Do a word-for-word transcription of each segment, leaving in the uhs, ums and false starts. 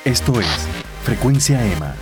Esto es Frecuencia Emma.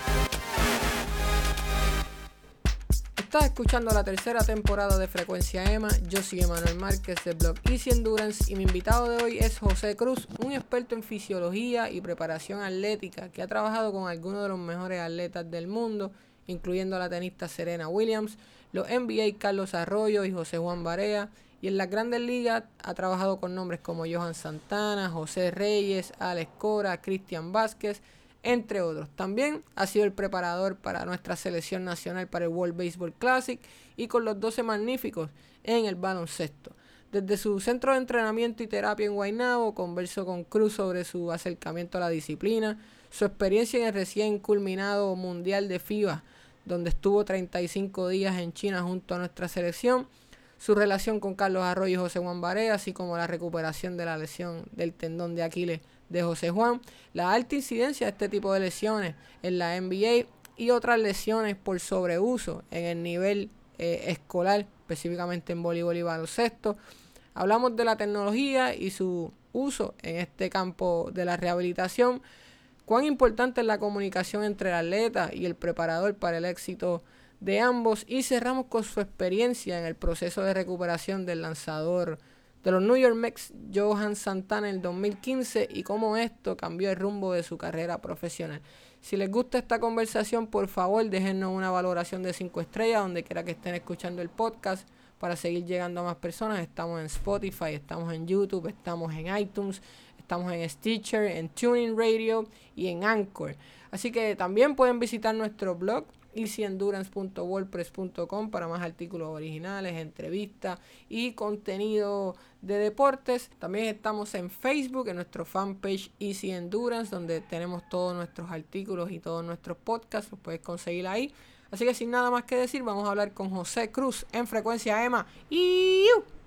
Estás escuchando la tercera temporada de Frecuencia Emma. Yo soy Emanuel Márquez del blog Easy Endurance y mi invitado de hoy es José Cruz, un experto en fisiología y preparación atlética que ha trabajado con algunos de los mejores atletas del mundo, incluyendo a la tenista Serena Williams, los N B A Carlos Arroyo y José Juan Barea, y en las Grandes Ligas ha trabajado con nombres como Johan Santana, José Reyes, Alex Cora, Cristian Vázquez, entre otros. También ha sido el preparador para nuestra selección nacional para el World Baseball Classic y con los doce Magníficos en el baloncesto. Desde su centro de entrenamiento y terapia en Guaynabo, converso con Cruz sobre su acercamiento a la disciplina, su experiencia en el recién culminado Mundial de FIBA, donde estuvo treinta y cinco días en China junto a nuestra selección, su relación con Carlos Arroyo y José Juan Barea, así como la recuperación de la lesión del tendón de Aquiles de José Juan, la alta incidencia de este tipo de lesiones en la N B A y otras lesiones por sobreuso en el nivel eh, escolar, específicamente en voleibol y baloncesto. Hablamos de la tecnología y su uso en este campo de la rehabilitación, cuán importante es la comunicación entre el atleta y el preparador para el éxito de ambos, y cerramos con su experiencia en el proceso de recuperación del lanzador de los New York Mets, Johan Santana, en el dos mil quince, y cómo esto cambió el rumbo de su carrera profesional. Si les gusta esta conversación, por favor déjennos una valoración de cinco estrellas donde quiera que estén escuchando el podcast para seguir llegando a más personas. Estamos en Spotify, estamos en YouTube, estamos en iTunes, estamos en Stitcher, en TuneIn Radio y en Anchor. Así que también pueden visitar nuestro blog easy endurance punto wordpress punto com para más artículos originales, entrevistas y contenido de deportes. También estamos en Facebook, en nuestro fanpage Easy Endurance, donde tenemos todos nuestros artículos y todos nuestros podcasts, los puedes conseguir ahí. Así que sin nada más que decir, vamos a hablar con José Cruz en Frecuencia Emma. ¡Y!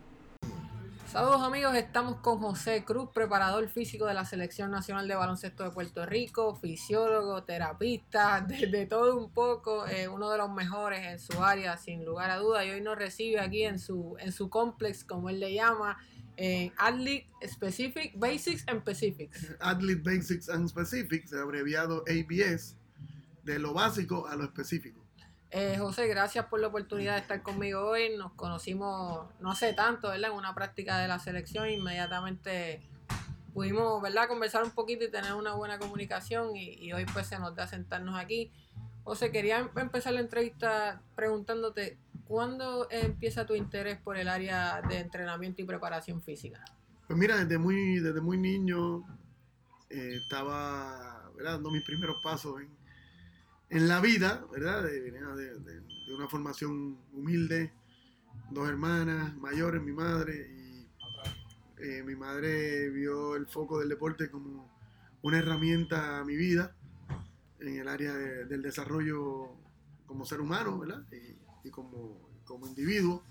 Saludos amigos, estamos con José Cruz, preparador físico de la Selección Nacional de Baloncesto de Puerto Rico, fisiólogo, terapista, de, de todo un poco, eh, uno de los mejores en su área, sin lugar a duda, y hoy nos recibe aquí en su en su complex, como él le llama, en Athlete Specific, Basics and Specifics. Athlete Basics and Specifics, abreviado A B S, de lo básico a lo específico. Eh, José, gracias por la oportunidad de estar conmigo hoy. Nos conocimos no hace tanto, ¿verdad? En una práctica de la selección, inmediatamente pudimos, ¿verdad?, conversar un poquito y tener una buena comunicación, y, y hoy pues se nos da sentarnos aquí. José, quería empezar la entrevista preguntándote, ¿cuándo empieza tu interés por el área de entrenamiento y preparación física? Pues mira, desde muy, desde muy niño eh, estaba, ¿verdad?, dando mis primeros pasos en En la vida, ¿verdad? De, de, de, de una formación humilde, dos hermanas mayores, mi madre, y eh, mi madre vio el foco del deporte como una herramienta a mi vida en el área de, del desarrollo como ser humano, ¿verdad? Y, y como, como individuo.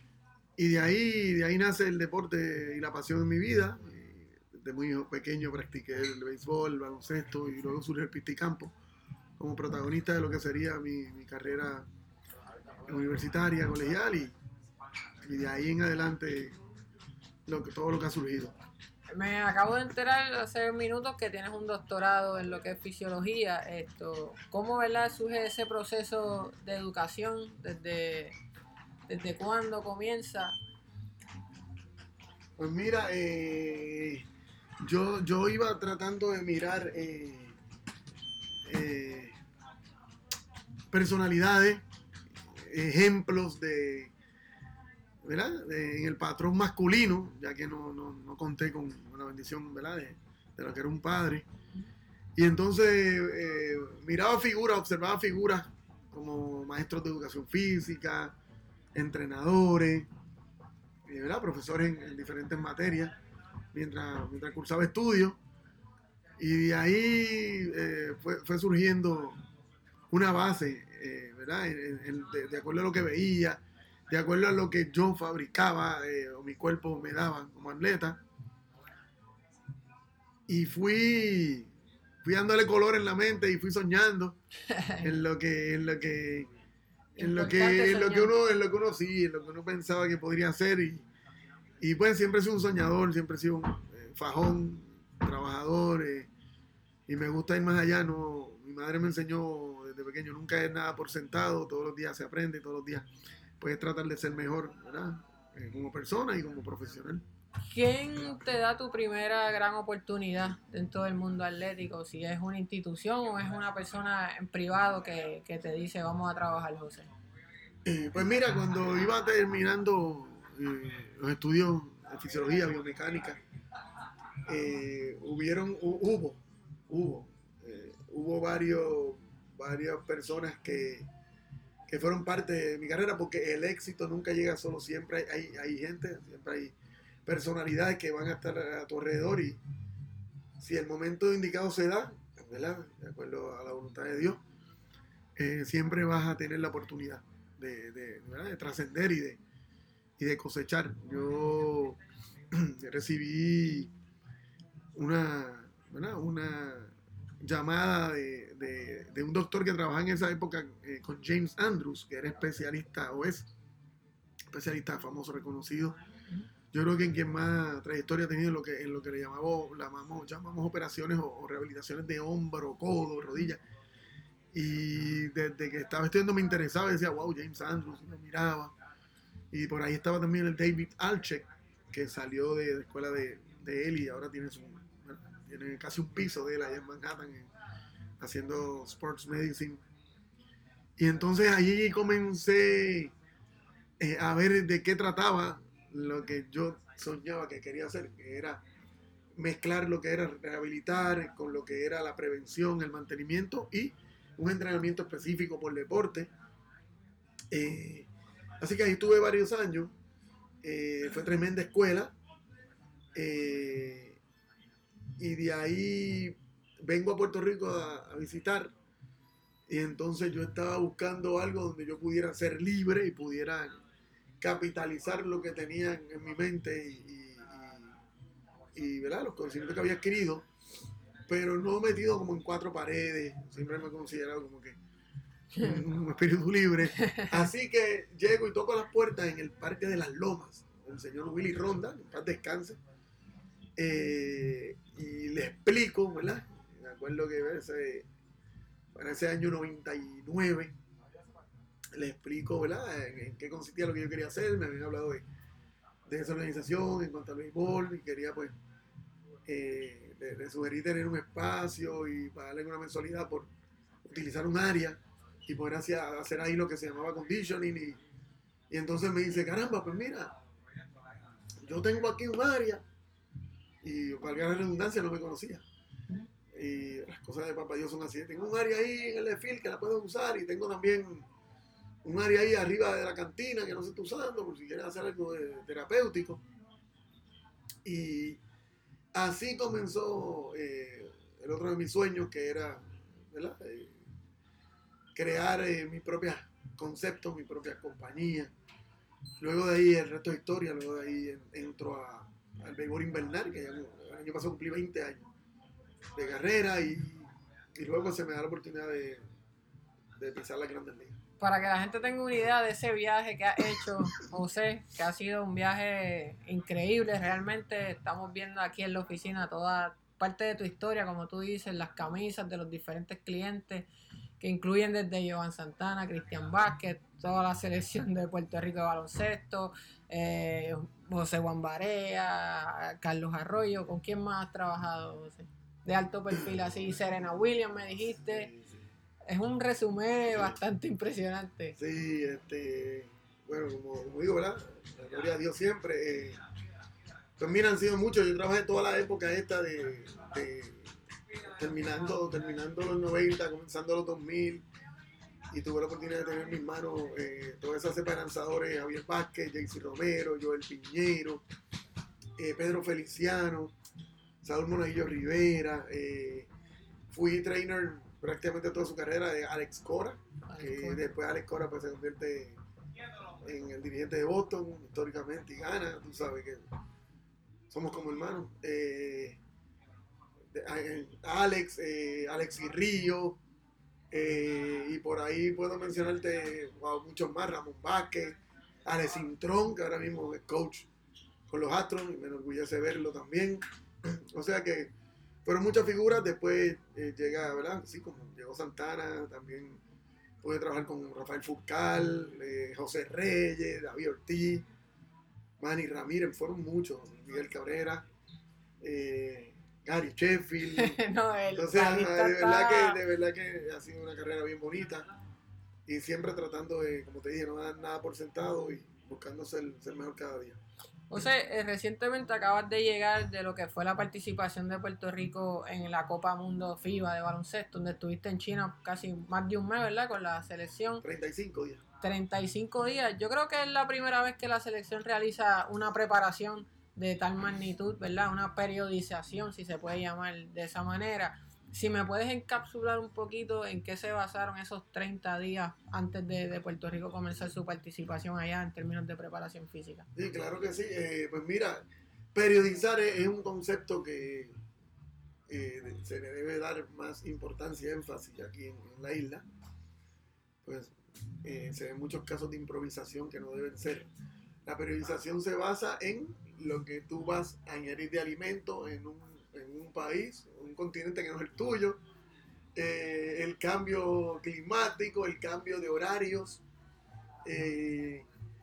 Y de ahí, de ahí nace el deporte y la pasión en mi vida. Y desde muy pequeño practiqué el béisbol, el baloncesto, y luego surgió el pisticampo como protagonista de lo que sería mi, mi carrera universitaria, colegial, y, y de ahí en adelante lo que, todo lo que ha surgido. Me acabo de enterar hace minutos que tienes un doctorado en lo que es fisiología. Esto, ¿cómo, verdad, surge ese proceso de educación? ¿Desde, desde cuándo comienza? Pues mira, eh, yo, yo iba tratando de mirar eh, Eh, personalidades, ejemplos de, ¿verdad?, de, en el patrón masculino, ya que no, no, no conté con la bendición, ¿verdad?, de, de lo que era un padre. Y entonces eh, miraba figuras, observaba figuras como maestros de educación física, entrenadores, eh, ¿verdad?, profesores en, en diferentes materias, mientras, mientras cursaba estudios. Y de ahí eh, fue, fue surgiendo una base, eh, ¿verdad? En, en, de, de acuerdo a lo que veía, de acuerdo a lo que yo fabricaba eh, o mi cuerpo me daba como atleta. Y fui, fui dándole color en la mente y fui soñando en lo que, en lo que, en lo que, en lo que uno, en lo que uno sí, en lo que uno pensaba que podría hacer. Y, y pues siempre he sido un soñador, siempre he sido un eh, fajón, trabajador, eh, y me gusta ir más allá. No, mi madre me enseñó desde pequeño, nunca es nada por sentado, todos los días se aprende, todos los días puedes tratar de ser mejor, ¿verdad? Eh, como persona y como profesional. ¿Quién te da tu primera gran oportunidad dentro del mundo atlético? Si es una institución o es una persona en privado que, que te dice vamos a trabajar, José. Eh, pues mira, cuando iba terminando eh, los estudios de fisiología, biomecánica, eh, hubieron, hu- hubo, hubo, eh, hubo varios, varias personas que, que fueron parte de mi carrera, porque el éxito nunca llega solo, siempre hay, hay, hay gente, siempre hay personalidades que van a estar a tu alrededor, y si el momento indicado se da, ¿verdad? De acuerdo a la voluntad de Dios, eh, siempre vas a tener la oportunidad de, de, ¿verdad? de trascender y de, y de cosechar. Yo recibí una, ¿verdad? una llamada de, de, de un doctor que trabajaba en esa época eh, con James Andrews, que era especialista, o es especialista famoso, reconocido. Yo creo que en quien más trayectoria ha tenido en lo que, en lo que le llamamos, llamamos, llamamos operaciones o, o rehabilitaciones de hombro, codo, rodilla. Y desde que estaba estudiando me interesaba y decía, wow, James Andrews, y me miraba. Y por ahí estaba también el David Alchek, que salió de la escuela de, de él y ahora tiene, su, bueno, tiene casi un piso de él allá en Manhattan, en, haciendo sports medicine. Y entonces allí comencé eh, a ver de qué trataba lo que yo soñaba que quería hacer, que era mezclar lo que era rehabilitar con lo que era la prevención, el mantenimiento y un entrenamiento específico por deporte. Eh, así que ahí estuve varios años, eh, fue tremenda escuela, eh, y de ahí vengo a Puerto Rico a, a visitar, y entonces yo estaba buscando algo donde yo pudiera ser libre y pudiera capitalizar lo que tenía en mi mente y, y, y ¿verdad? Los conocimientos que había adquirido, pero no metido como en cuatro paredes. Siempre me he considerado como que un, un espíritu libre. Así que llego y toco las puertas en el Parque de las Lomas, el señor Willy Ronda, en paz descanse, eh, y le explico, ¿verdad? Me acuerdo que ese, para ese año noventa y nueve, le explico, ¿verdad?, en, en qué consistía lo que yo quería hacer. Me habían hablado de, de esa organización en cuanto al béisbol y quería, pues, eh, le, le sugerí tener un espacio y pagarle una mensualidad por utilizar un área y poder hacer, hacer ahí lo que se llamaba conditioning. Y, y entonces me dice, caramba, pues mira, yo tengo aquí un área, y valga la redundancia, no me conocía. Y las cosas de papá Dios son así. Tengo un área ahí en el desfile que la puedo usar, y tengo también un área ahí arriba de la cantina que no se está usando por si quieres hacer algo de, de terapéutico. Y así comenzó eh, el otro de mis sueños, que era, ¿verdad?, eh, crear eh, mis propios conceptos, mi propia compañía. Luego de ahí el resto de historia. Luego de ahí en, entro a, al béisbol invernal, que ya el año pasado cumplí veinte años de carrera, y, y luego se me da la oportunidad de, de pisar la Grandes Ligas. Para que la gente tenga una idea de ese viaje que has hecho, José, que ha sido un viaje increíble, realmente estamos viendo aquí en la oficina toda parte de tu historia, como tú dices, las camisas de los diferentes clientes, que incluyen desde Joan Santana, Cristian Vázquez, toda la selección de Puerto Rico de baloncesto, eh, José Juan Barea, Carlos Arroyo. ¿Con quién más has trabajado, José? De alto perfil así, Serena Williams me dijiste. Sí, sí. Es un resumen bastante impresionante. Sí, este, bueno, como, como digo, ¿verdad? La gloria a Dios siempre. Eh, pues mira, han sido muchos. Yo trabajé toda la época esta de, de terminando, terminando los noventa, comenzando los dos mil, y tuve la oportunidad de tener en mis manos eh, todas esas esperanzadores: Javier Vázquez, Jaycee Romero, Joel Piñero, eh, Pedro Feliciano, Saúl Monaguillo Rivera. Eh, fui trainer prácticamente toda su carrera de Alex Cora, que Cora. Después Alex Cora pues se convierte en el dirigente de Boston históricamente y gana. Tú sabes que somos como hermanos. Eh, de, Alex, eh, Alex Guirrillo, eh, y por ahí puedo mencionarte wow, muchos más: Ramón Vázquez, Alex Intrón, que ahora mismo es coach con los Astros y me enorgullece verlo también. O sea que fueron muchas figuras. Después eh, llega, ¿verdad? Sí, como llegó Santana, también pude trabajar con Rafael Furcal, eh, José Reyes, David Ortiz, Manny Ramírez, fueron muchos, Miguel Cabrera, eh, Gary Sheffield. no, el Entonces, la de lista verdad, está- que, de verdad que ha sido una carrera bien bonita y siempre tratando de, como te dije, no dar nada por sentado y buscando ser, ser mejor cada día. José, eh, recientemente acabas de llegar de lo que fue la participación de Puerto Rico en la Copa Mundo FIBA de baloncesto, donde estuviste en China casi más de un mes, ¿verdad? Con la selección. treinta y cinco días. treinta y cinco días. Yo creo que es la primera vez que la selección realiza una preparación de tal magnitud, ¿verdad? Una periodización, si se puede llamar de esa manera. Si me puedes encapsular un poquito en qué se basaron esos treinta días antes de, de Puerto Rico comenzar su participación allá en términos de preparación física. Sí, claro que sí. Eh, pues mira, periodizar es, es un concepto que eh, se le debe dar más importancia y énfasis aquí en, en la isla. Pues eh, se ven muchos casos de improvisación que no deben ser. La periodización se basa en lo que tú vas a añadir de alimento en un, en un país, un continente que no es el tuyo, eh, el cambio climático, el cambio de horarios eh,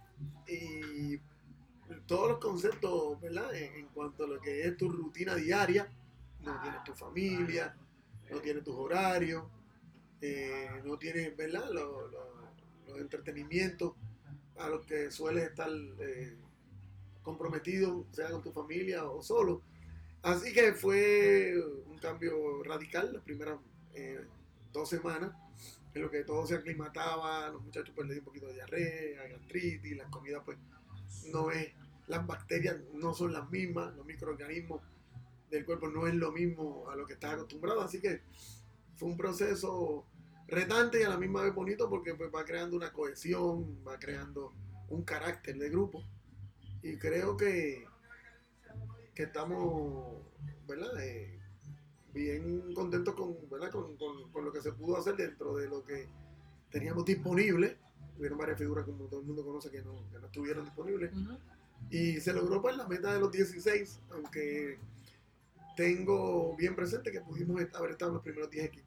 y todos los conceptos, ¿verdad? En, en cuanto a lo que es tu rutina diaria. No tienes tu familia, no tienes tus horarios, eh, no tienes, ¿verdad? Los, los, los entretenimientos a los que sueles estar eh, comprometido, sea con tu familia o solo. Así que fue un cambio radical las primeras eh, dos semanas, en lo que todo se aclimataba, los muchachos pues le dio un poquito de diarrea, gastritis, las comidas pues no es, las bacterias no son las mismas, los microorganismos del cuerpo no es lo mismo a lo que estás acostumbrado, así que fue un proceso retante y a la misma vez bonito porque pues va creando una cohesión, va creando un carácter de grupo y creo que, que estamos, ¿verdad? Eh, bien contentos con, ¿verdad? Con, con, con lo que se pudo hacer dentro de lo que teníamos disponible. Hubieron varias figuras como todo el mundo conoce que no, que no estuvieron disponibles. Uh-huh. Y se logró pues la meta de los dieciséis, aunque tengo bien presente que pudimos haber estado en los primeros diez equipos.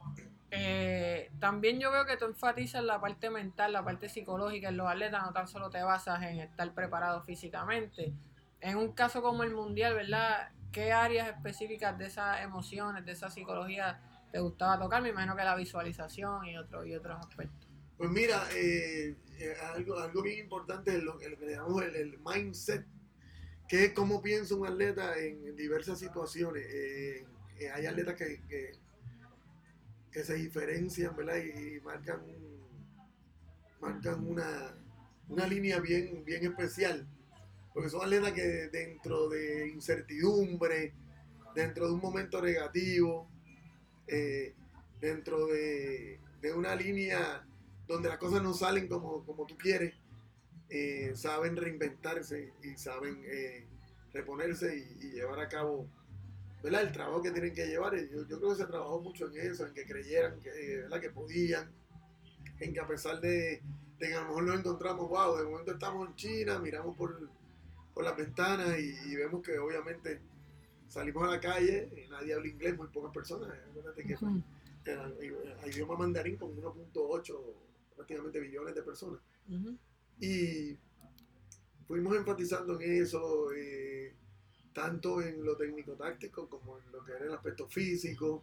Eh, también yo veo que tú enfatizas la parte mental, la parte psicológica en los atletas, no tan solo te basas en estar preparado físicamente. En un caso como el mundial, ¿verdad? ¿Qué áreas específicas de esas emociones, de esa psicología te gustaba tocar? Me imagino que la visualización y, otro, y otros aspectos. Pues mira, eh, eh, algo, algo bien importante es lo, lo que le llamamos el, el mindset, que es cómo piensa un atleta en, en diversas situaciones. Eh, eh, hay atletas que, que, que se diferencian, ¿verdad? Y, y marcan, un, marcan una, una línea bien, bien especial, porque son atletas que dentro de incertidumbre, dentro de un momento negativo, eh, dentro de, de una línea donde las cosas no salen como, como tú quieres, eh, saben reinventarse y saben eh, reponerse y, y llevar a cabo, ¿verdad? El trabajo que tienen que llevar. Yo, yo creo que se trabajó mucho en eso, en que creyeran que, ¿verdad? Que podían, en que a pesar de, de que a lo mejor nos encontramos, wow, de momento estamos en China, miramos por, por las ventanas y, y vemos que obviamente salimos a la calle y nadie habla inglés, muy pocas personas. Acuérdate que uh-huh. el idioma mandarín con uno punto ocho prácticamente billones de personas. Uh-huh. Y fuimos enfatizando en eso, eh, tanto en lo técnico-táctico como en lo que era el aspecto físico.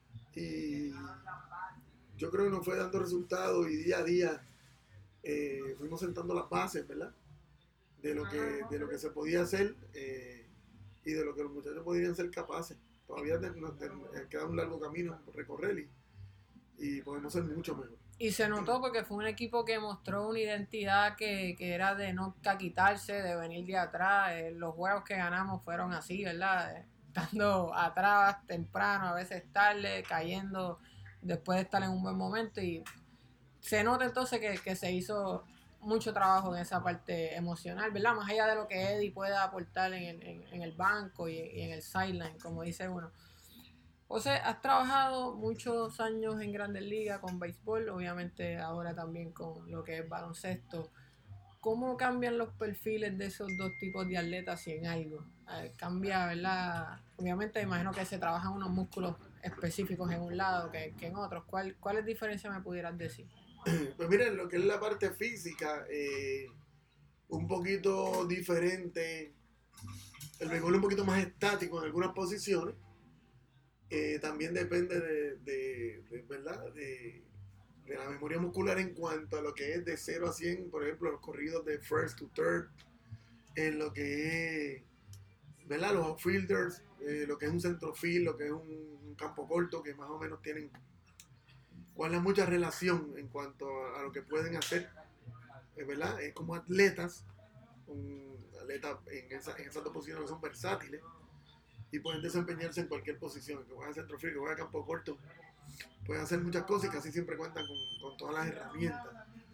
Y yo creo que nos fue dando resultados y día a día eh, fuimos sentando las bases, ¿verdad? De lo que, de lo que se podía hacer eh, y de lo que los muchachos podrían ser capaces. Todavía nos queda un largo camino por recorrer y, y podemos ser mucho mejor. Y se notó porque fue un equipo que mostró una identidad que, que era de no quitarse, de venir de atrás. Eh, los juegos que ganamos fueron así, ¿verdad? Eh, estando atrás temprano, a veces tarde, cayendo después de estar en un buen momento. Y se nota entonces que, que se hizo mucho trabajo en esa parte emocional, ¿verdad? Más allá de lo que Eddie pueda aportar en el, en, en el banco y, y en el sideline, como dice uno. José, has trabajado muchos años en Grandes Ligas con béisbol, obviamente ahora también con lo que es baloncesto. ¿Cómo cambian los perfiles de esos dos tipos de atletas si en algo? eh, cambia, ¿verdad? Obviamente imagino que se trabajan unos músculos específicos en un lado que, que en otros. ¿Cuál, ¿Cuáles diferencias me pudieras decir? Pues miren, lo que es la parte física, eh, un poquito diferente. El béisbol es un poquito más estático en algunas posiciones. Eh, también depende de, de, de ¿verdad? De, de la memoria muscular en cuanto a lo que es de cero a cien, por ejemplo, los corridos de first to third, en lo que es, ¿verdad? Los outfielders, eh, lo que es un centrofield, lo que es un, un campo corto, que más o menos tienen guardan mucha relación en cuanto a, a lo que pueden hacer, eh, ¿verdad? Es como atletas, un atleta en, esa, en esas dos posiciones que son versátiles y pueden desempeñarse en cualquier posición, que juegan centrofield, que juegan campo corto, pueden hacer muchas cosas y casi siempre cuentan con, con todas las herramientas.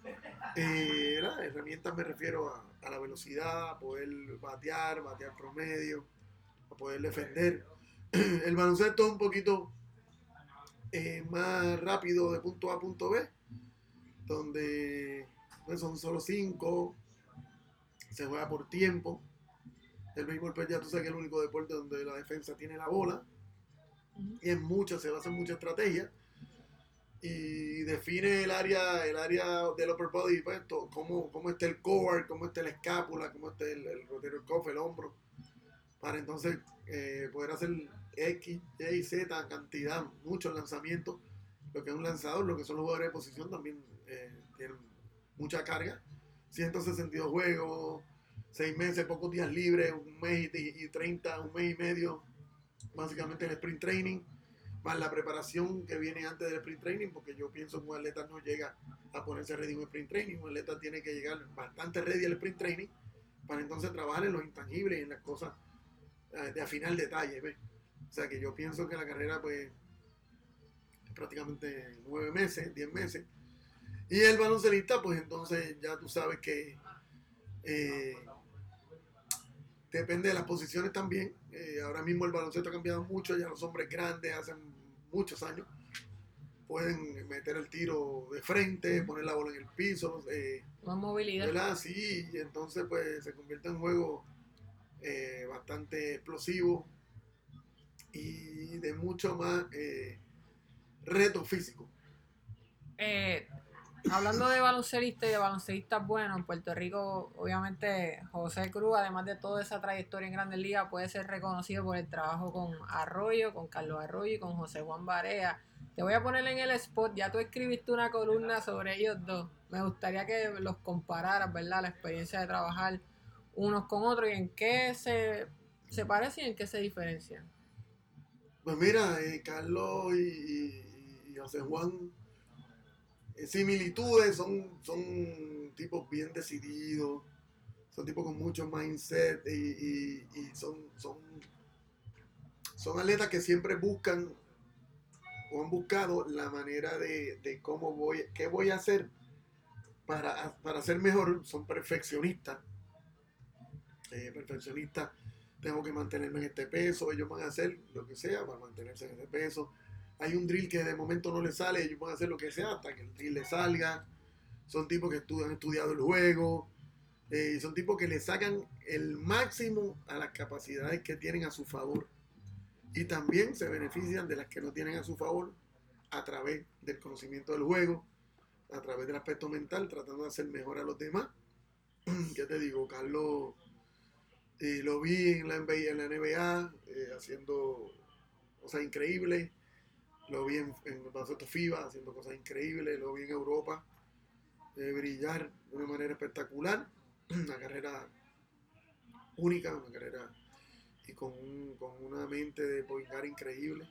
Eh, las herramientas me refiero a, a la velocidad, a poder batear, batear promedio, a poder defender. El baloncesto es un poquito eh, más rápido de punto A a punto B, donde pues, son solo cinco, se juega por tiempo. El béisbol, pues ya tú sabes que es el único deporte donde la defensa tiene la bola, uh-huh. y en mucho, se basa en mucha estrategia. Y define el área el área del upper body, pues, todo, cómo, cómo está el core, cómo está la escápula, cómo está el, el rotator cuff, el hombro, para entonces eh, poder hacer X, Y, Z, cantidad, muchos lanzamientos. Lo que es un lanzador, lo que son los jugadores de posición también eh, tienen mucha carga. ciento sesenta y dos juegos, seis meses, pocos días libres, un mes y, y treinta, un mes y medio, básicamente el sprint training, más la preparación que viene antes del sprint training, porque yo pienso que un atleta no llega a ponerse ready en un sprint training, un atleta tiene que llegar bastante ready al sprint training para entonces trabajar en los intangibles y en las cosas eh, de afinar detalle, ¿ves? O sea que yo pienso que la carrera pues es prácticamente nueve meses, diez meses, y el baloncelista pues entonces ya tú sabes que eh, depende de las posiciones también. Eh, ahora mismo el baloncesto ha cambiado mucho, ya los hombres grandes hacen muchos años pueden meter el tiro de frente, poner la bola en el piso, eh, más movilidad, ¿verdad? Sí, y entonces pues se convierte en un juego eh, bastante explosivo y de mucho más eh, reto físico. Eh, hablando de baloncelistas y de baloncelistas buenos, en Puerto Rico, obviamente José Cruz, además de toda esa trayectoria en Grandes Ligas, puede ser reconocido por el trabajo con Arroyo, con Carlos Arroyo y con José Juan Barea. Te voy a poner en el spot, ya tú escribiste una columna sobre ellos dos. Me gustaría que los compararas, ¿verdad? La experiencia de trabajar unos con otros y en qué se, se parecen y en qué se diferencian. Pues mira, eh, Carlos y, y, y José Juan, eh, similitudes, son, son tipos bien decididos, son tipos con mucho mindset y, y, y son, son, son atletas que siempre buscan o han buscado la manera de, de cómo voy, qué voy a hacer para, para ser mejor. Son perfeccionistas, eh, perfeccionistas. Tengo que mantenerme en este peso, ellos van a hacer lo que sea para mantenerse en ese peso. Hay un drill que de momento no les sale, ellos van a hacer lo que sea hasta que el drill les salga. Son tipos que estudian, han estudiado el juego, eh, y son tipos que le sacan el máximo a las capacidades que tienen a su favor. Y también se benefician de las que no tienen a su favor a través del conocimiento del juego, a través del aspecto mental, tratando de hacer mejor a los demás. ¿Qué te digo? Carlos, eh, lo vi en la N B A, en la N B A eh, haciendo cosas increíbles. Lo vi en, en el baloncesto FIBA haciendo cosas increíbles. Lo vi en Europa eh, brillar de una manera espectacular. Una carrera única, una carrera y con, un, con una mente de point guard increíble,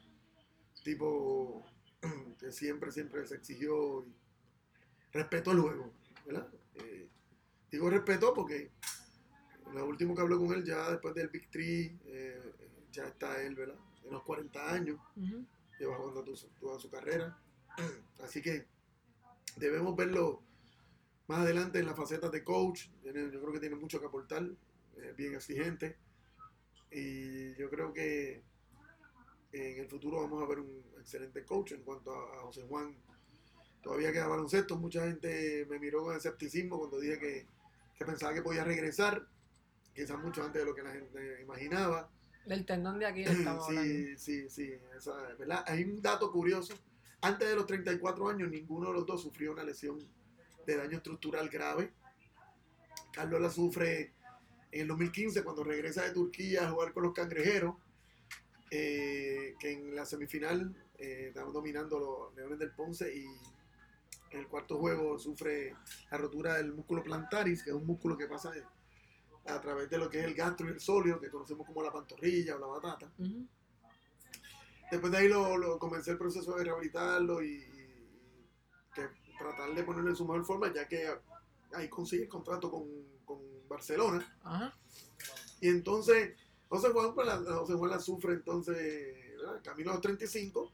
tipo que siempre, siempre se exigió y respetó el juego, ¿verdad? Eh, digo respetó porque lo último que hablé con él ya después del Big Three, eh, ya está él, ¿verdad? En los cuarenta años, uh-huh. Lleva jugando toda su, toda su carrera, así que debemos verlo más adelante en las facetas de coach. Yo creo que tiene mucho que aportar, eh, bien exigente. Y yo creo que en el futuro vamos a ver un excelente coach. En cuanto a, a José Juan, todavía queda baloncesto. Mucha gente me miró con escepticismo cuando dije que, que pensaba que podía regresar. quizás mucho antes de lo que la gente imaginaba. Del tendón de Aquiles estamos sí, hablando. sí, sí, esa, ¿verdad? Hay un dato curioso. Antes de los treinta y cuatro años, ninguno de los dos sufrió una lesión de daño estructural grave. Carlos la sufre en el dos mil quince cuando regresa de Turquía a jugar con los Cangrejeros, eh, que en la semifinal eh, estaban dominando los Leones del Ponce y en el cuarto juego sufre la rotura del músculo plantaris, que es un músculo que pasa de, a través de lo que es el gastro y el sóleo, que conocemos como la pantorrilla o la batata. Uh-huh. Después de ahí lo, lo comencé el proceso de rehabilitarlo y, y que tratar de ponerlo en su mejor forma, ya que ahí consigue el contrato con, con Barcelona. Uh-huh. Y entonces José Juan, pues la, José Juan la sufre entonces, ¿verdad? Camino a los treinta y cinco,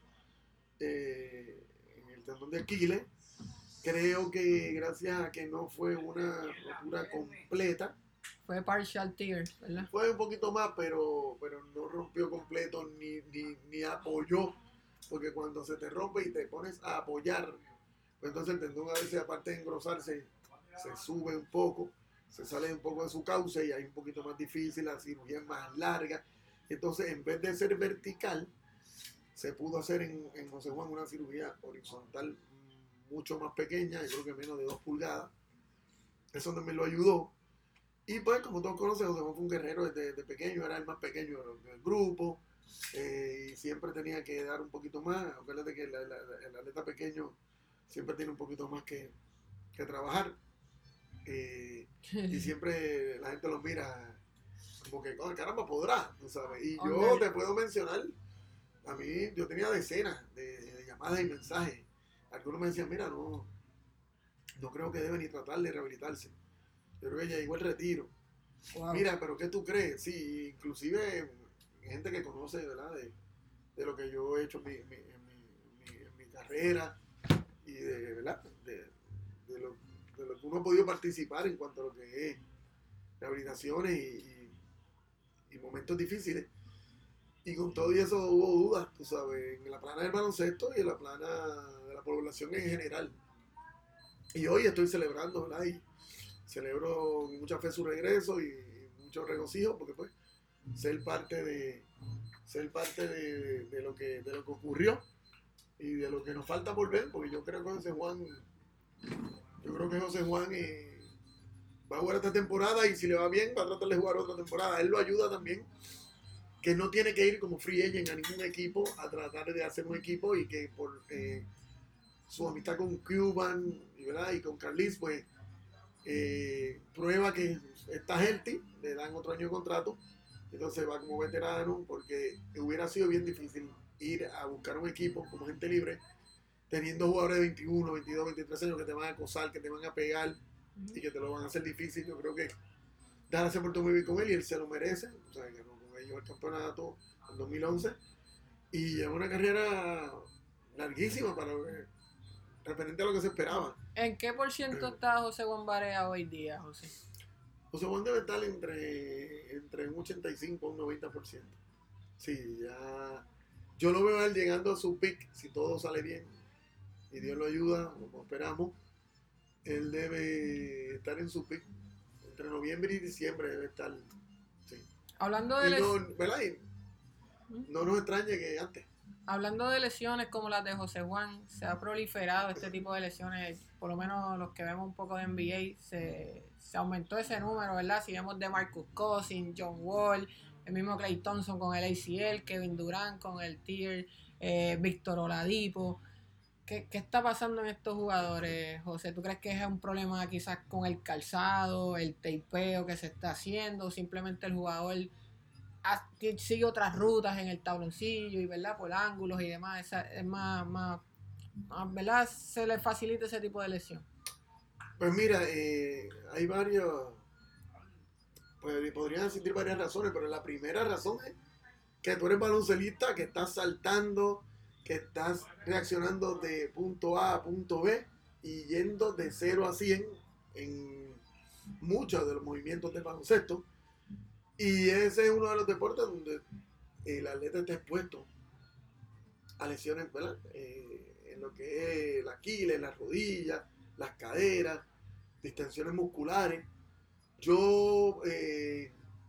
eh, en el tendón de Aquiles. Creo que gracias a que no fue una rotura completa. Fue partial tear, ¿verdad? Fue un poquito más, pero, pero no rompió completo ni, ni, ni apoyó. Porque cuando se te rompe y te pones a apoyar, pues entonces el tendón a veces, aparte de engrosarse, se sube un poco, se sale un poco de su cauce y ahí es un poquito más difícil, la cirugía es más larga. Entonces, en vez de ser vertical, se pudo hacer en, en José Juan una cirugía horizontal mucho más pequeña, yo creo que menos de dos pulgadas. Eso también lo ayudó. Y pues, como todos conocen, José Juan fue un guerrero desde, desde pequeño, era el más pequeño del grupo, eh, y siempre tenía que dar un poquito más. Acuérdate que la, la, el atleta pequeño siempre tiene un poquito más que, que trabajar. Eh, y siempre la gente los mira como que, oh, caramba, podrá, ¿tú sabes? Y yo te puedo mencionar, a mí, yo tenía decenas de, de llamadas y mensajes. Algunos me decían, mira, no, no creo que debe ni tratar de rehabilitarse. Yo creo que ya llegó el retiro. Wow. Mira, pero ¿qué tú crees? Sí, inclusive gente que conoce, ¿verdad? De, de lo que yo he hecho en mi, mi, en mi, mi, en mi carrera y de, ¿verdad? De, de, lo, de lo que uno ha podido participar en cuanto a lo que es rehabilitaciones y, y, y momentos difíciles. Y con todo y eso hubo dudas, tú sabes, en la plana del baloncesto y en la plana de la población en general. Y hoy estoy celebrando, ¿verdad? Y celebro con mucha fe su regreso y, y mucho regocijo, porque pues ser parte de ser parte de, de lo que de lo que ocurrió y de lo que nos falta por ver, porque yo creo que José Juan, yo creo que José Juan eh, va a jugar esta temporada y si le va bien va a tratar de jugar otra temporada. Él lo ayuda también, que no tiene que ir como free agent a ningún equipo a tratar de hacer un equipo y que por eh, su amistad con Cuban, ¿verdad? Y con Carlis, pues eh, prueba que está healthy, le dan otro año de contrato, entonces va como veterano, porque hubiera sido bien difícil ir a buscar un equipo como gente libre teniendo jugadores de veintiuno, veintidós, veintitrés años que te van a acosar, que te van a pegar uh-huh. y que te lo van a hacer difícil. Yo creo que Dallas se portó muy bien con él y él se lo merece, o sea, ganó con ellos el campeonato en dos mil once y lleva una carrera larguísima para referente a lo que se esperaba. ¿En qué por ciento está José Juan Barea hoy día, José? José Juan debe estar entre, entre un ochenta y cinco y un noventa por ciento. Sí, ya. Yo lo veo a él llegando a su pick, si todo sale bien y Dios lo ayuda, como esperamos. Él debe estar en su pick. Entre noviembre y diciembre debe estar. Sí. Hablando de. Y no, ¿verdad? Y no nos extrañe que antes. Hablando de lesiones como las de José Juan, se ha proliferado este tipo de lesiones, por lo menos los que vemos un poco de N B A, se, se aumentó ese número, ¿verdad? Si vemos de Marcus Cousins, John Wall, el mismo Klay Thompson con el A C L, Kevin Durant con el tear, eh, Víctor Oladipo. ¿Qué, ¿Qué está pasando en estos jugadores, José? ¿Tú crees que es un problema quizás con el calzado, el tapeo que se está haciendo, o simplemente el jugador sigue otras rutas en el tabloncillo y verdad por ángulos y demás? Esa, es más, más, más, ¿verdad? Se le facilita ese tipo de lesión. Pues mira, eh, hay varios, pues, podrían existir varias razones, pero la primera razón es que tú eres baloncelista, que estás saltando, que estás reaccionando de punto A a punto B y yendo de cero a cien en muchos de los movimientos del baloncesto. Y ese es uno de los deportes donde el atleta está expuesto a lesiones, ¿verdad? Eh, en lo que es la Aquiles, las rodillas, las caderas, distensiones musculares. Yo, eh,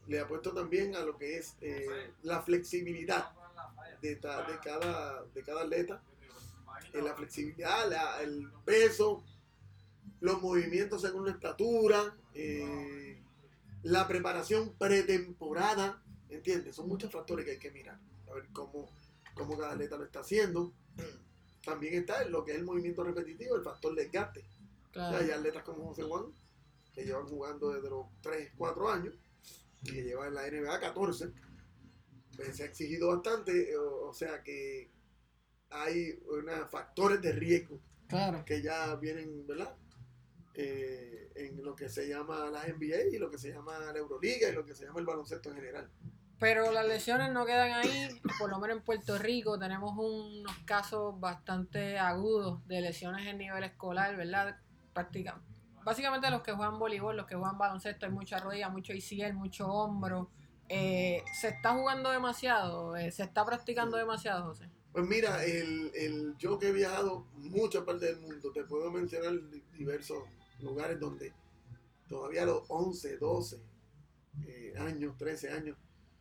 le apuesto también a lo que es eh, la flexibilidad de, ta, de, cada, de cada atleta, eh, la flexibilidad, la, el peso, los movimientos según la estatura, eh, la preparación pretemporada, ¿entiendes? Son muchos factores que hay que mirar, a ver cómo, cómo cada atleta lo está haciendo. También está en lo que es el movimiento repetitivo, el factor desgaste. Claro. O sea, hay atletas como José Juan, que llevan jugando desde los tres, cuatro años, y que llevan en la N B A catorce, pues se ha exigido bastante, o, o sea que hay unos factores de riesgo, claro, que ya vienen, ¿verdad? Eh, en lo que se llama la N B A y lo que se llama la Euroliga y lo que se llama el baloncesto en general. Pero las lesiones no quedan ahí, por lo menos en Puerto Rico tenemos unos casos bastante agudos de lesiones en nivel escolar, ¿verdad? Práctica. Básicamente los que juegan voleibol, los que juegan baloncesto, hay mucha rodilla, mucho I C L, mucho hombro. Eh, ¿Se está jugando demasiado? Eh, ¿Se está practicando demasiado, José? Pues mira, el, el, yo que he viajado muchas partes del mundo, te puedo mencionar diversos lugares donde todavía a los once, doce eh, años, trece años,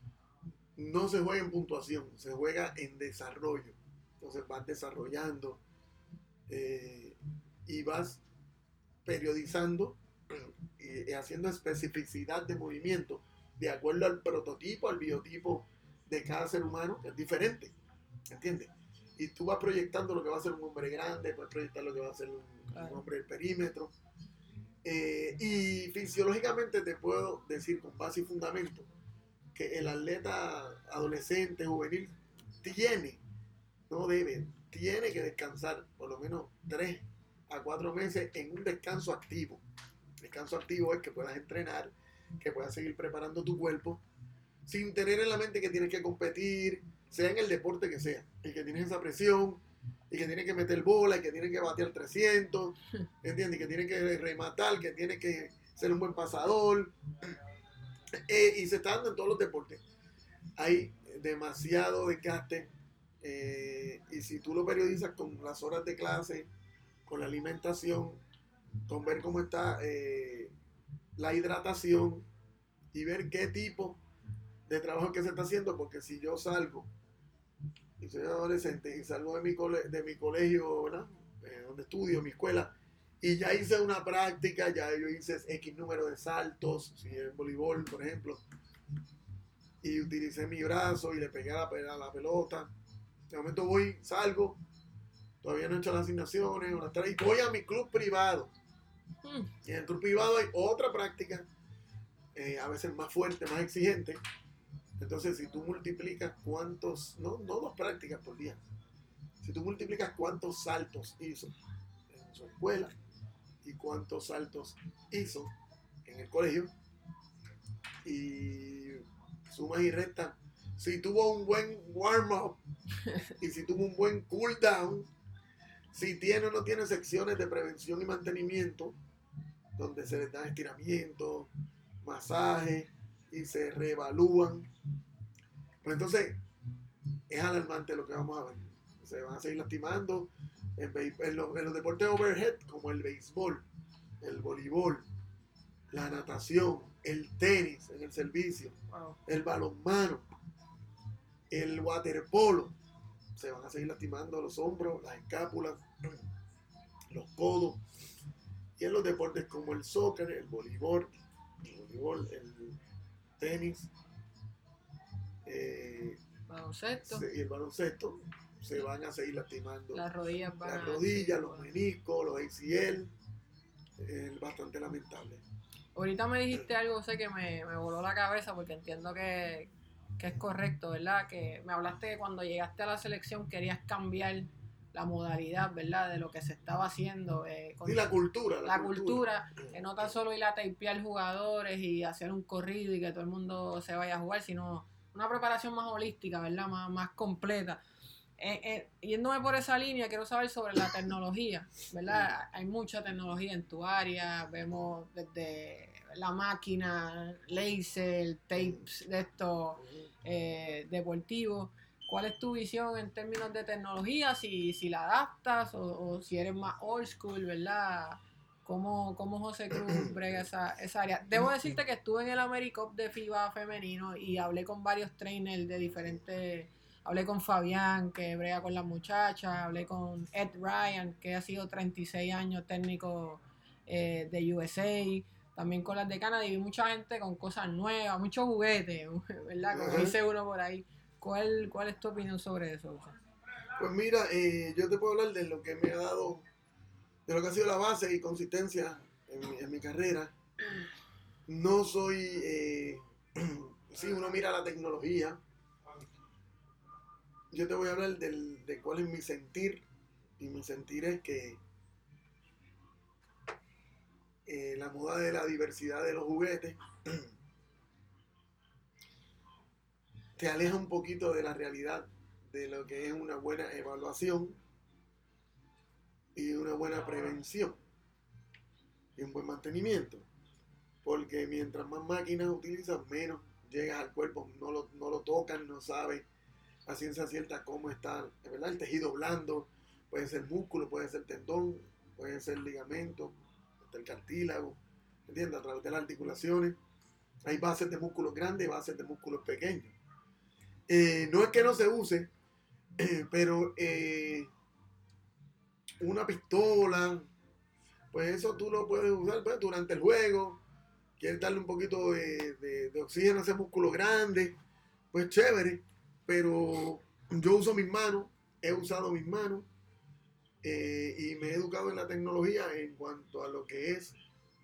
no se juega en puntuación, se juega en desarrollo. Entonces vas desarrollando eh, y vas periodizando y, y haciendo especificidad de movimiento de acuerdo al prototipo, al biotipo de cada ser humano, que es diferente, ¿entiendes? Y tú vas proyectando lo que va a ser un hombre grande, puedes proyectar lo que va a ser un, claro, un hombre del perímetro. Eh, y fisiológicamente te puedo decir con base y fundamento que el atleta adolescente, juvenil, tiene, no debe, tiene que descansar por lo menos tres a cuatro meses en un descanso activo. Descanso activo es que puedas entrenar, que puedas seguir preparando tu cuerpo, sin tener en la mente que tienes que competir, sea en el deporte que sea, y que tienes esa presión, y que tienes que meter bola, y que tienes que batear trescientos, ¿entiendes? Y que tienes que rematar, que tienes que ser un buen pasador. Eh, y se está dando en todos los deportes. Hay demasiado desgaste, eh, y si tú lo periodizas con las horas de clase, con la alimentación, con ver cómo está eh, la hidratación y ver qué tipo de trabajo que se está haciendo, porque si yo salgo y soy adolescente y salgo de mi, cole, de mi colegio, ¿verdad? Eh, donde estudio, mi escuela, y ya hice una práctica, ya yo hice X número de saltos, si en voleibol, por ejemplo, y utilicé mi brazo y le pegué a la, a la pelota. De momento voy, salgo, todavía no he hecho las asignaciones, o las tareas, y voy a mi club privado. Mm. Y en el club privado hay otra práctica, eh, a veces más fuerte, más exigente. Entonces, si tú multiplicas cuántos, no, no dos prácticas por día, si tú multiplicas cuántos saltos hizo en su escuela y cuántos saltos hizo en el colegio, y sumas y restas, si tuvo un buen warm-up y si tuvo un buen cool-down, si tiene o no tiene secciones de prevención y mantenimiento, donde se les da estiramiento, masaje y se reevalúan, pues entonces es alarmante lo que vamos a ver. Se van a seguir lastimando en, en, los, en los deportes overhead, como el béisbol, el voleibol, la natación, el tenis en el servicio, wow, el balonmano, el waterpolo. Se van a seguir lastimando los hombros, las escápulas, los codos. Y en los deportes como el soccer, el voleibol, el, voleibol, el tenis, eh, baloncesto. y el baloncesto, se van a seguir lastimando. Las rodillas, van las rodillas, los meniscos, los A C L. Es bastante lamentable. Ahorita me dijiste algo, sé que me, me voló la cabeza, porque entiendo que, que es correcto, ¿verdad? Que me hablaste que cuando llegaste a la selección querías cambiar la modalidad, ¿verdad? De lo que se estaba haciendo. Eh, con sí, la cultura. La, la cultura, cultura que no tan solo ir a tapear jugadores y hacer un corrido y que todo el mundo se vaya a jugar, sino una preparación más holística, ¿verdad? Más, más completa. Eh, eh, yéndome por esa línea, quiero saber sobre la tecnología, ¿verdad? Hay mucha tecnología en tu área, vemos desde la máquina, laser, tapes de estos eh, deportivos. ¿Cuál es tu visión en términos de tecnología? Si, si la adaptas o, o si eres más old school, ¿verdad? cómo, cómo José Cruz brega esa, esa área. Debo decirte que estuve en el AmeriCup de FIBA femenino y hablé con varios trainers de diferentes... Hablé con Fabián, que brega con las muchachas, hablé con Ed Ryan, que ha sido treinta y seis años técnico eh, de U S A, también con las de Canadá, y vi mucha gente con cosas nuevas, muchos juguetes, ¿verdad? Como dice uno por ahí. ¿Cuál, cuál es tu opinión sobre eso, José? Pues mira, eh, yo te puedo hablar de lo que me ha dado, de lo que ha sido la base y consistencia en mi, en mi carrera. No soy, eh, si uno mira la tecnología, yo te voy a hablar del, de cuál es mi sentir, y mi sentir es que eh, la moda de la diversidad de los juguetes te aleja un poquito de la realidad de lo que es una buena evaluación y una buena prevención y un buen mantenimiento, porque mientras más máquinas utilizas, menos llegas al cuerpo, no lo, no lo tocan, no sabes a ciencia cierta cómo está, ¿verdad? El tejido blando, puede ser músculo, puede ser tendón, puede ser ligamento, hasta el cartílago, ¿entiendes? A través de las articulaciones hay bases de músculos grandes, bases de músculos pequeños. Eh, no es que no se use, eh, pero eh, una pistola, pues eso tú lo puedes usar pues, durante el juego. Quieres darle un poquito de, de, de oxígeno a ese músculo grande, pues chévere, pero yo uso mis manos, he usado mis manos eh, y me he educado en la tecnología en cuanto a lo que es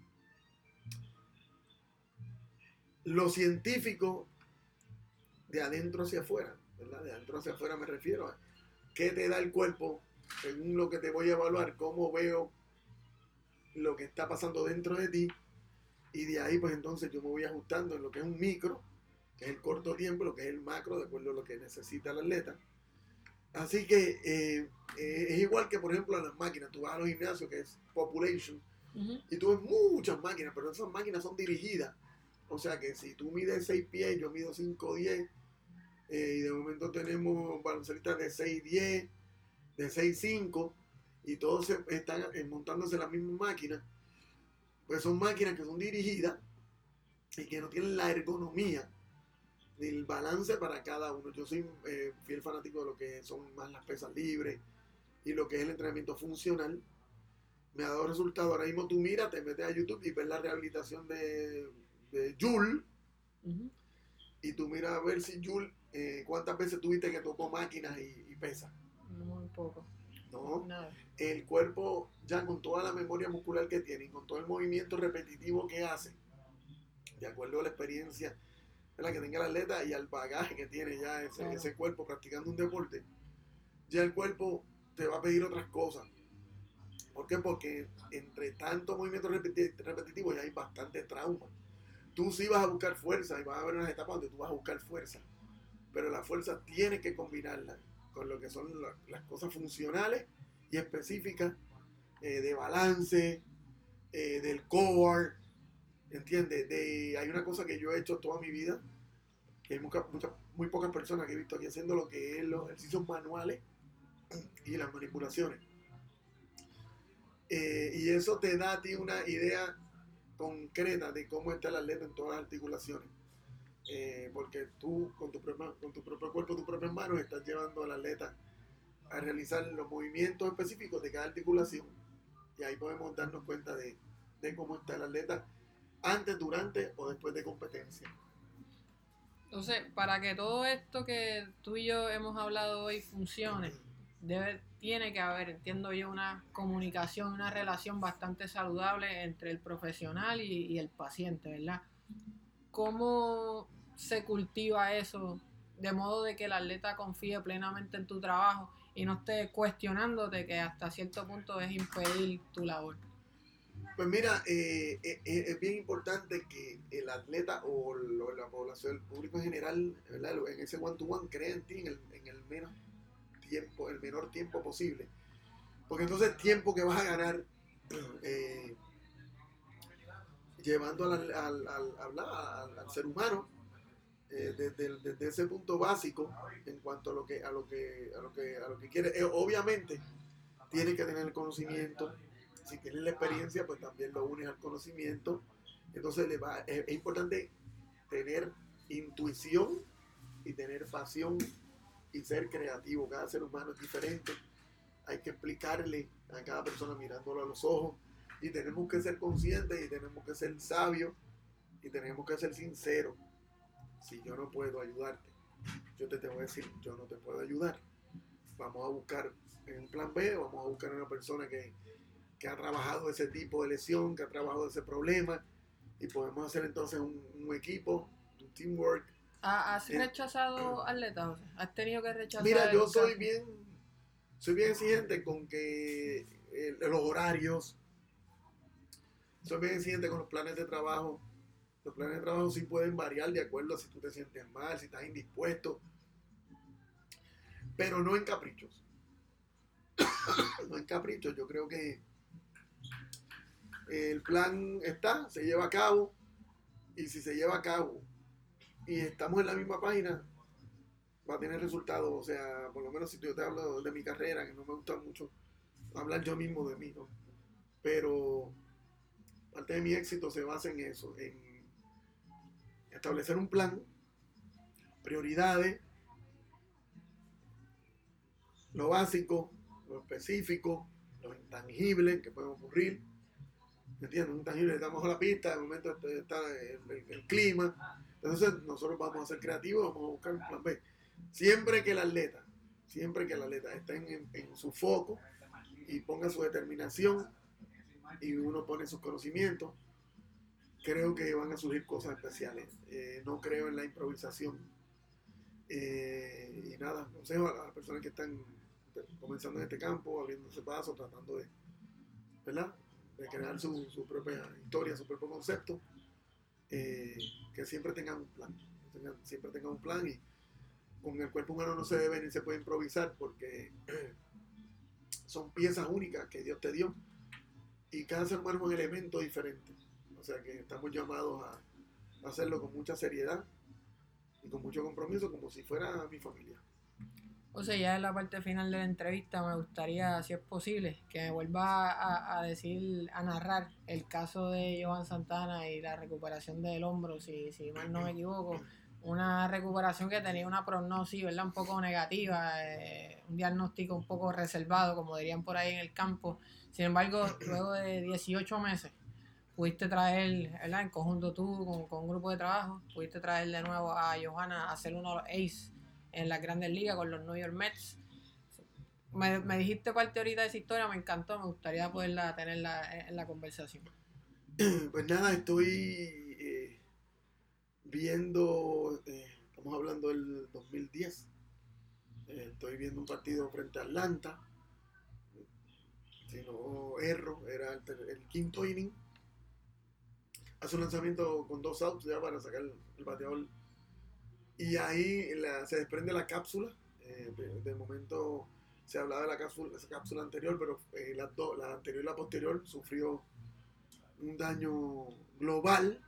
lo científico de adentro hacia afuera, ¿verdad? De adentro hacia afuera me refiero a qué te da el cuerpo según lo que te voy a evaluar, cómo veo lo que está pasando dentro de ti, y de ahí pues entonces yo me voy ajustando en lo que es un micro, que es el corto tiempo, lo que es el macro, de acuerdo a lo que necesita el atleta. Así que eh, eh, es igual que por ejemplo a las máquinas, tú vas a los gimnasios que es population, uh-huh. y tú ves muchas máquinas, pero esas máquinas son dirigidas, o sea que si tú mides seis pies, yo mido cinco diez, eh, y de momento tenemos baloncelistas de seis diez, de seis cinco, y todos se, están montándose la misma máquina, pues son máquinas que son dirigidas y que no tienen la ergonomía ni el balance para cada uno. Yo soy eh, fiel fanático de lo que son más las pesas libres y lo que es el entrenamiento funcional. Me ha dado resultado. Ahora mismo tú miras, te metes a YouTube y ves la rehabilitación de, de Jules, uh-huh. y tú miras a ver si Jules, eh, cuántas veces tuviste que tocó máquinas y, y pesas. Muy poco. No, Nada. El cuerpo ya con toda la memoria muscular que tiene y con todo el movimiento repetitivo que hace, de acuerdo a la experiencia en la que tenga el atleta y al bagaje que tiene ya ese, claro. ese cuerpo practicando un deporte, ya el cuerpo te va a pedir otras cosas. ¿Por qué? Porque entre tanto movimiento repetitivo ya hay bastante trauma. Tú sí vas a buscar fuerza y vas a ver unas etapas donde tú vas a buscar fuerza, pero la fuerza tienes que combinarla con lo que son la, las cosas funcionales y específicas, eh, de balance, eh, del core, ¿entiendes? De, hay una cosa que yo he hecho toda mi vida, que hay mucha, mucha, muy pocas personas que he visto aquí haciendo, lo que es los ejercicios manuales y las manipulaciones. Eh, y eso te da a ti una idea concreta de cómo está el atleta en todas las articulaciones. Eh, porque tú con tu, propio, con tu propio cuerpo, tus propias manos, estás llevando al atleta a realizar los movimientos específicos de cada articulación, y ahí podemos darnos cuenta de, de cómo está el atleta antes, durante o después de competencia. Entonces, para que todo esto que tú y yo hemos hablado hoy funcione, debe, tiene que haber, entiendo yo, una comunicación, una relación bastante saludable entre el profesional y, y el paciente, ¿verdad? ¿Cómo se cultiva eso de modo de que el atleta confíe plenamente en tu trabajo y no esté cuestionándote, que hasta cierto punto es impedir tu labor? Pues mira, eh, eh, es bien importante que el atleta o lo, la población, el público en general, ¿verdad?, en ese one to one, crea en ti en el, en el menos tiempo, el menor tiempo posible, porque entonces tiempo que vas a ganar eh, llevando al, al, al, al, al, al ser humano eh, desde, desde ese punto básico en cuanto a lo que a lo que a lo que a lo que quiere. Eh, obviamente tiene que tener el conocimiento si tienes la experiencia, pues también lo unes al conocimiento. Entonces le va, es, es importante tener intuición y tener pasión y ser creativo. Cada ser humano es diferente. Hay que explicarle a cada persona mirándolo a los ojos, y tenemos que ser conscientes y tenemos que ser sabios y tenemos que ser sinceros. Si yo no puedo ayudarte, yo te tengo que decir, yo no te puedo ayudar. Vamos a buscar en un plan B, vamos a buscar una persona que, que ha trabajado ese tipo de lesión, que ha trabajado ese problema, y podemos hacer entonces un, un equipo, un teamwork. ¿Has Eh, rechazado atletas? José? ¿Has tenido que rechazar? Mira, yo soy caso? bien, soy bien exigente con que eh, los horarios, soy bien exigente con los planes de trabajo. Los planes de trabajo sí pueden variar de acuerdo a si tú te sientes mal, si estás indispuesto, pero no en caprichos. No en caprichos. Yo creo que el plan está, se lleva a cabo, y si se lleva a cabo y estamos en la misma página, va a tener resultados. O sea, por lo menos si yo te hablo de mi carrera, que no me gusta mucho hablar yo mismo de mí, ¿no? Pero parte de mi éxito se basa en eso, en establecer un plan, prioridades, lo básico, lo específico, lo intangible que puede ocurrir. ¿Me entiendes? Un intangible, estamos a la pista, de momento está el, el, el clima. Entonces nosotros vamos a ser creativos, vamos a buscar un plan B. Siempre que el atleta, siempre que el atleta esté en, en, en su foco y ponga su determinación y uno pone sus conocimientos, creo que van a surgir cosas especiales. Eh, no creo en la improvisación. Eh, y nada, consejo a las personas que están comenzando en este campo, abriéndose paso, tratando de, ¿verdad?, de crear su, su propia historia, su propio concepto, eh, que siempre tengan un plan, tengan, siempre tengan un plan, y con el cuerpo humano no se debe ni se puede improvisar, porque eh, son piezas únicas que Dios te dio, y cada ser humano es un elemento diferente. O sea que estamos llamados a, a hacerlo con mucha seriedad y con mucho compromiso, como si fuera mi familia. O sea, ya en la parte final de la entrevista me gustaría, si es posible, que me vuelva a, a decir, a narrar el caso de Johan Santana y la recuperación del hombro, si, si mal no me equivoco. Una recuperación que tenía una prognosis, ¿verdad?, un poco negativa, eh, un diagnóstico un poco reservado, como dirían por ahí en el campo. Sin embargo, luego de dieciocho meses, pudiste traer, ¿verdad?, en conjunto tú con, con un grupo de trabajo, pudiste traer de nuevo a Johan a hacer uno de los ace en las Grandes Ligas con los New York Mets. Me, me dijiste parte ahorita de esa historia, me encantó, me gustaría poderla tenerla en, en la conversación. Pues nada, estoy eh, viendo, eh, estamos hablando del dos mil diez, eh, estoy viendo un partido frente a Atlanta, si no erro, era el, el quinto inning, hace un lanzamiento con dos outs ya para sacar el, el bateador, y ahí la, se desprende la cápsula. Eh, de, de momento se hablaba de la cápsula, esa cápsula anterior, pero eh, la, do, la anterior y la posterior sufrió un daño global.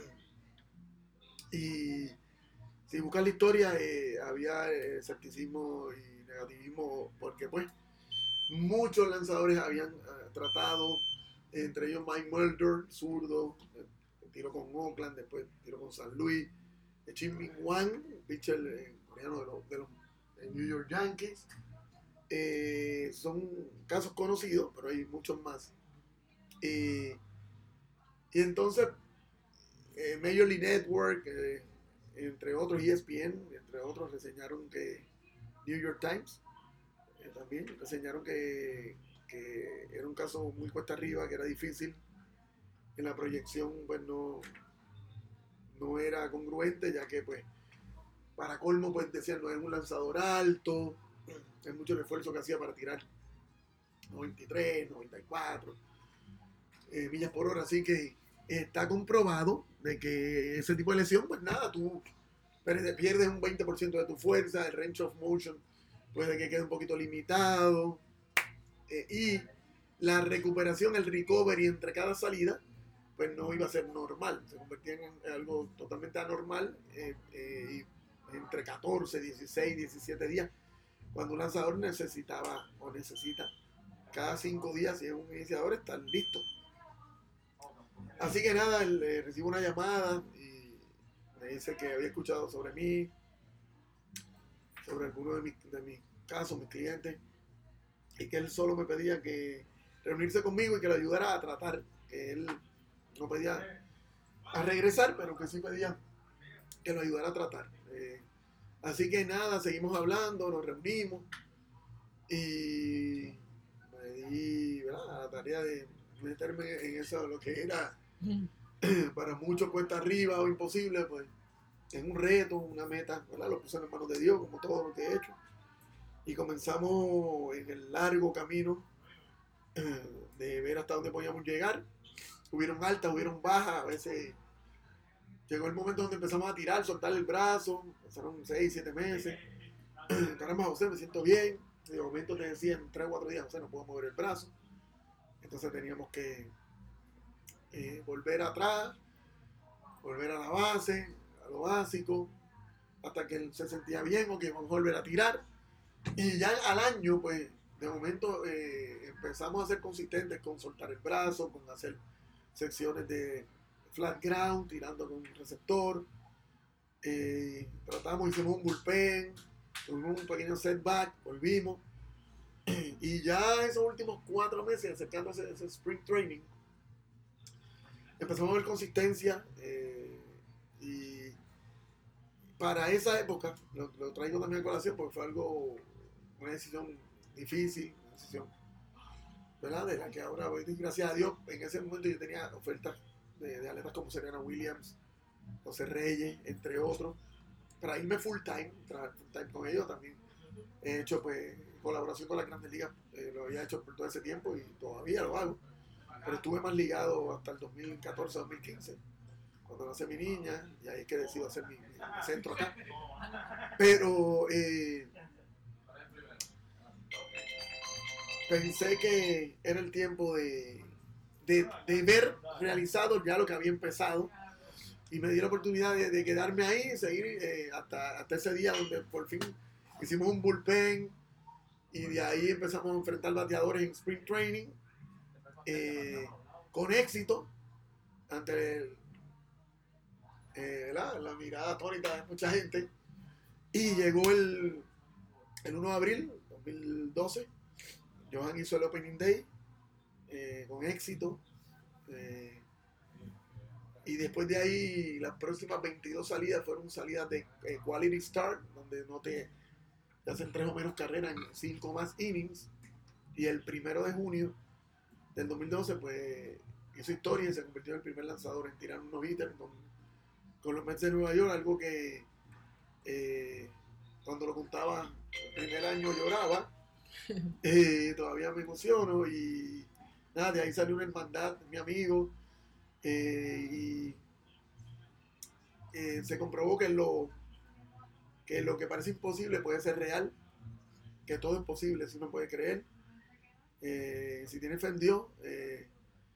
Y si buscas la historia, eh, había eh, escepticismo y negativismo, porque pues muchos lanzadores habían uh, tratado, entre ellos Mike Mulder, zurdo, eh, tiró con Oakland, después tiró con San Luis, Chin Min Wan, pitcher eh, coreano de los, de los de New York Yankees. Eh, son casos conocidos, pero hay muchos más. Eh, y entonces, eh, Major League Network, eh, entre otros E S P N, entre otros, reseñaron que New York Times eh, también reseñaron que, que era un caso muy cuesta arriba, que era difícil. En la proyección, pues no. no era congruente, ya que pues para colmo pues decían no es un lanzador alto, es mucho el esfuerzo que hacía para tirar noventa y tres, noventa y cuatro eh, millas por hora, así que está comprobado de que ese tipo de lesión, pues nada, tú pierdes un veinte por ciento de tu fuerza, el range of motion puede que quede un poquito limitado, eh, y la recuperación, el recovery entre cada salida, pues no iba a ser normal, se convertía en algo totalmente anormal, eh, eh, entre catorce, dieciséis, diecisiete días, cuando un lanzador necesitaba o necesita cada cinco días, si es un iniciador, estar listo. Así que nada, él, eh, recibo una llamada y me dice que había escuchado sobre mí, sobre algunos de mis, de mis casos, mis clientes, y que él solo me pedía que reunirse conmigo y que lo ayudara a tratar, que él no pedía a regresar, pero que sí pedía que lo ayudara a tratar. Eh, así que nada, seguimos hablando, nos reunimos y me di, ¿verdad?, la tarea de meterme en eso, lo que era para muchos cuesta arriba o imposible, pues en un reto, una meta, ¿verdad? Lo puse en las manos de Dios, como todo lo que he hecho. Y comenzamos en el largo camino de ver hasta dónde podíamos llegar. Hubieron altas, hubieron bajas, a veces llegó el momento donde empezamos a tirar, soltar el brazo, pasaron seis, siete meses. Caramba, José, me siento bien. De momento te decían, tres o cuatro días, José, no puedo mover el brazo. Entonces teníamos que eh, volver atrás, volver a la base, a lo básico, hasta que él se sentía bien o que vamos a volver a tirar. Y ya al año, pues, de momento eh, empezamos a ser consistentes con soltar el brazo, con hacer secciones de flat ground, tirando con un receptor. Eh, tratamos, hicimos un bullpen, tuvimos un pequeño setback, volvimos. Y ya esos últimos cuatro meses, acercándose a ese spring training, empezamos a ver consistencia. Eh, y para esa época, lo, lo traigo también a colación porque fue algo, una decisión difícil, una decisión, ¿verdad?, de la que ahora voy, gracias a Dios, en ese momento yo tenía ofertas de, de atletas como Serena Williams, José Reyes, entre otros, para irme full time, trabajar full time con ellos. También he hecho, pues, colaboración con las Grandes Ligas, eh, lo había hecho por todo ese tiempo y todavía lo hago, pero estuve más ligado hasta el dos mil catorce, dos mil quince, cuando nace mi niña, y ahí es que decido hacer mi, mi, mi centro acá. Pero eh, pensé que era el tiempo de, de, de ver realizado ya lo que había empezado, y me di la oportunidad de, de quedarme ahí y seguir eh, hasta, hasta ese día donde por fin hicimos un bullpen y de ahí empezamos a enfrentar bateadores en spring training eh, con éxito ante el, eh, la, la mirada atónita de mucha gente. Y llegó el, el uno de abril de dos mil doce. Johan hizo el Opening Day eh, con éxito. Eh, y después de ahí, las próximas veintidós salidas fueron salidas de eh, Quality Start, donde no te, te hacen tres o menos carreras en cinco más innings. Y el primero de junio del dos mil doce, pues hizo historia y se convirtió en el primer lanzador en tirar un no-hitter con, con los Mets de Nueva York, algo que eh, cuando lo contaba el primer año lloraba. Eh, todavía me emociono y nada, de ahí salió una hermandad, mi amigo, eh, y eh, se comprobó que lo, que lo que parece imposible puede ser real, que todo es posible si uno puede creer, eh, si tiene fe en Dios eh,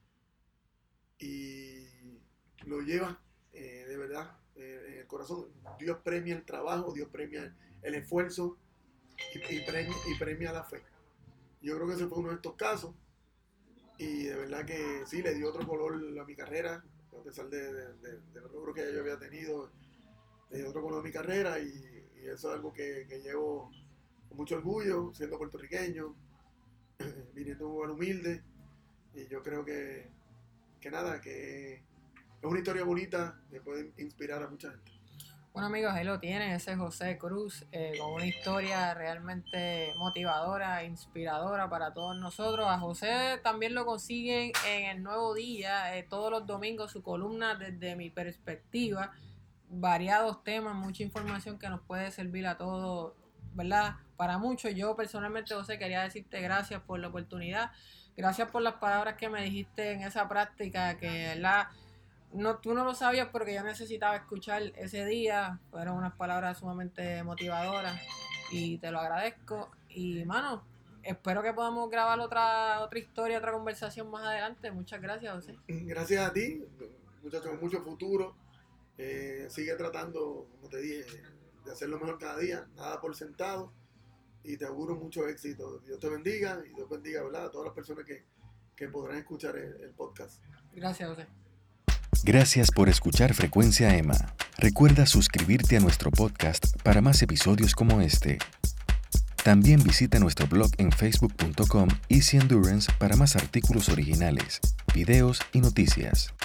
y lo lleva eh, de verdad eh, en el corazón. Dios premia el trabajo, Dios premia el esfuerzo y, y, premia, y premia la fe. Yo creo que ese fue uno de estos casos y de verdad que sí, le dio otro color a mi carrera, a pesar de, de, de, de los logros que ya yo había tenido, le dio otro color a mi carrera y, y eso es algo que, que llevo con mucho orgullo, siendo puertorriqueño, viniendo de un lugar humilde, y yo creo que, que nada, que es una historia bonita que puede inspirar a mucha gente. Bueno, amigos, ahí lo tienen, ese José Cruz, eh, con una historia realmente motivadora, inspiradora para todos nosotros. A José también lo consiguen en El Nuevo Día, eh, todos los domingos, su columna Desde Mi Perspectiva, variados temas, mucha información que nos puede servir a todos, ¿verdad? Para muchos. Yo personalmente, José, quería decirte gracias por la oportunidad, gracias por las palabras que me dijiste en esa práctica, que, ¿verdad?, No, tú no lo sabías, pero que yo necesitaba escuchar ese día. Fueron unas palabras sumamente motivadoras y te lo agradezco. Y, mano, espero que podamos grabar otra otra historia, otra conversación más adelante. Muchas gracias, José. Gracias a ti, muchachos, con mucho futuro. Eh, sigue tratando, como te dije, de hacerlo mejor cada día. Nada por sentado. y te auguro mucho éxito. Dios te bendiga y Dios bendiga, ¿verdad?, a todas las personas que, que podrán escuchar el, el podcast. Gracias, José. Gracias por escuchar Frecuencia Emma. Recuerda suscribirte a nuestro podcast para más episodios como este. También visita nuestro blog en facebook punto com Easy Endurance para más artículos originales, videos y noticias.